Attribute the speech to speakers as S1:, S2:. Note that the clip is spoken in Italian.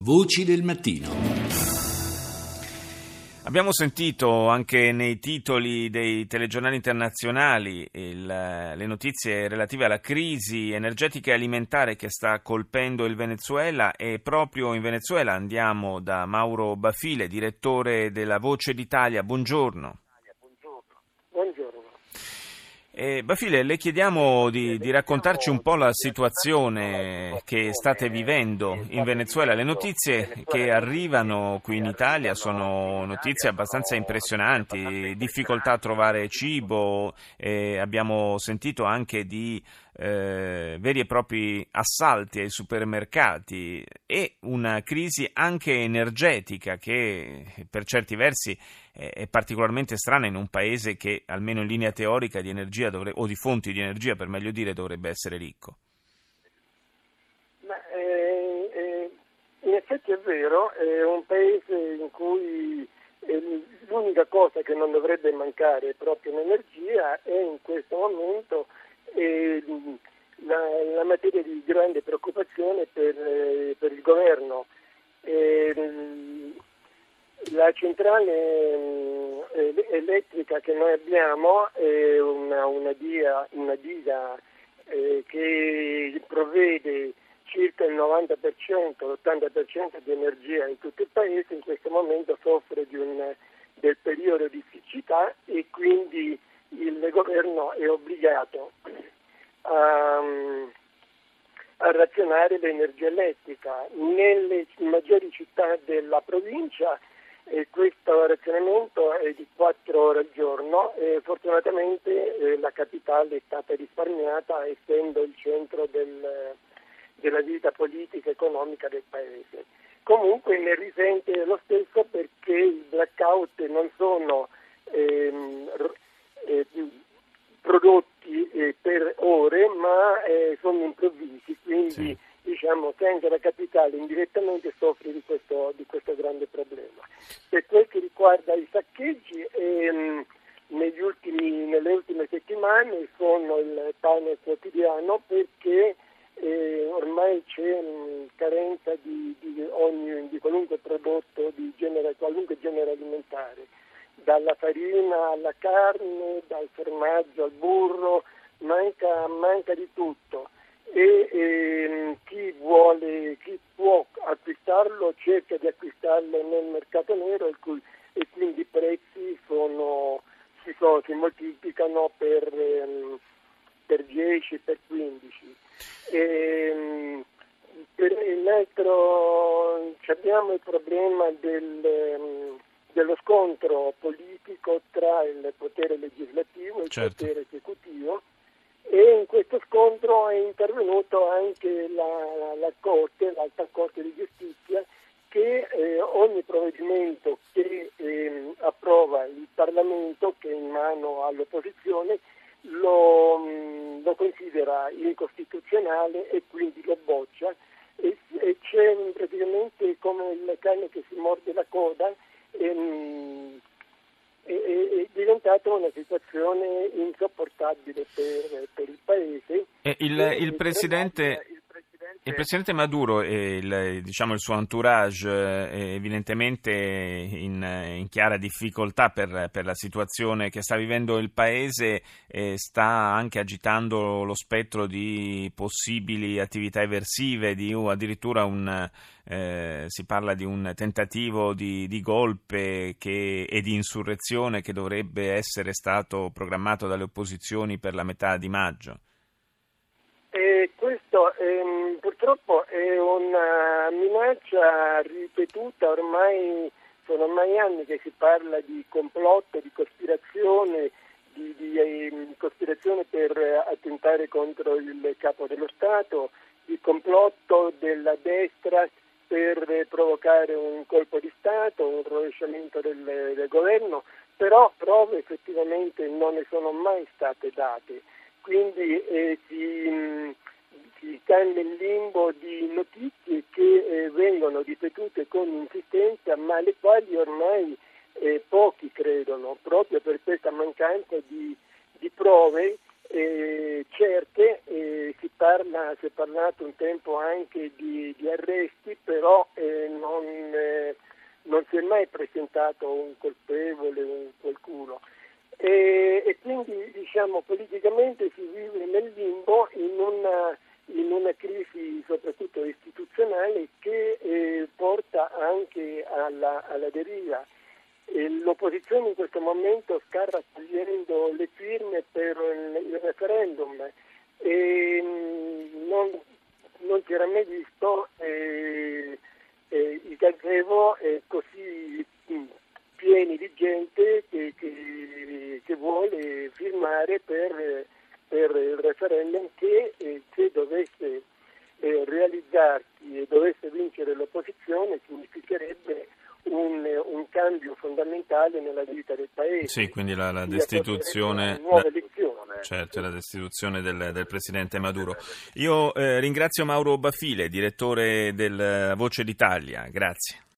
S1: Voci del mattino.
S2: Abbiamo sentito anche nei titoli dei telegiornali internazionali le notizie relative alla crisi energetica e alimentare che sta colpendo il Venezuela, e proprio in Venezuela andiamo da Mauro Bafile, direttore della Voce d'Italia. Buongiorno.
S3: Buongiorno.
S2: Bafile, le chiediamo di raccontarci un po' la situazione che state vivendo in Venezuela. Le notizie che arrivano qui in Italia sono notizie abbastanza impressionanti: difficoltà a trovare cibo, abbiamo sentito anche di veri e propri assalti ai supermercati e una crisi anche energetica che per certi versi è particolarmente strana in un paese che, almeno in linea teorica, di energia o di fonti di energia, per meglio dire, dovrebbe essere ricco.
S3: In effetti è vero, è un paese in cui l'unica cosa che non dovrebbe mancare è proprio l'energia, e in questo momento la materia di grande preoccupazione per il governo. La centrale elettrica che noi abbiamo è una diga che provvede circa il 90%, l'80% di energia in tutto il paese. In questo momento soffre del periodo di siccità, e quindi il governo è obbligato a razionare l'energia elettrica. Nelle maggiori città della provincia questo razionamento è di 4 ore al giorno, e fortunatamente la capitale è stata risparmiata, essendo il centro della vita politica e economica del paese. Comunque ne risente lo stesso, perché i blackout non sono prodotti per ore, ma sono improvvisi, quindi
S2: sì.
S3: Diciamo che anche la capitale indirettamente soffre di questo grande problema. Per quel che riguarda i saccheggi, nelle ultime settimane sono il pane quotidiano, perché ormai c'è carenza di qualunque prodotto qualunque genere alimentare, dalla farina alla carne, dal formaggio al burro, manca di tutto. E chi può acquistarlo cerca di acquistarlo nel mercato nero, e quindi i prezzi si moltiplicano per 10, per 15. Abbiamo il problema dello scontro politico tra il potere legislativo e il
S2: Certo.
S3: potere esecutivo. E in questo scontro è intervenuto anche l'Alta Corte di Giustizia, che ogni provvedimento che approva il Parlamento, che è in mano all'opposizione, lo considera incostituzionale e quindi lo boccia, e c'è praticamente come il cane che si morde la coda. È diventata una situazione insopportabile per il paese.
S2: Il presidente Maduro e il suo entourage evidentemente in chiara difficoltà per la situazione che sta vivendo il paese, sta anche agitando lo spettro di possibili attività eversive, addirittura si parla di un tentativo di golpe e di insurrezione che dovrebbe essere stato programmato dalle opposizioni per la metà di maggio.
S3: Questo purtroppo è una minaccia ripetuta, sono ormai anni che si parla di complotto, di cospirazione, di cospirazione per attentare contro il capo dello Stato, di complotto della destra per provocare un colpo di Stato, un rovesciamento del governo, però prove effettivamente non ne sono mai state date. Quindi si sta nel limbo di notizie che vengono ripetute con insistenza, ma alle quali ormai pochi credono, proprio per questa mancanza di prove certe. Si è parlato un tempo anche di arresti, però non si è mai presentato un colpevole, qualcuno. E quindi politicamente si vive nel limbo in una crisi soprattutto istituzionale che porta anche alla deriva. L'opposizione in questo momento sta raccogliendo le firme per il referendum e non si era mai visto i gazebo così pieni di gente che vuole firmare per il referendum che se dovesse realizzarsi e dovesse vincere l'opposizione significherebbe un cambio fondamentale nella vita del Paese.
S2: Sì, quindi la destituzione,
S3: nuova elezione.
S2: Certo, la destituzione del presidente Maduro. Io ringrazio Mauro Bafile, direttore del Voce d'Italia. Grazie.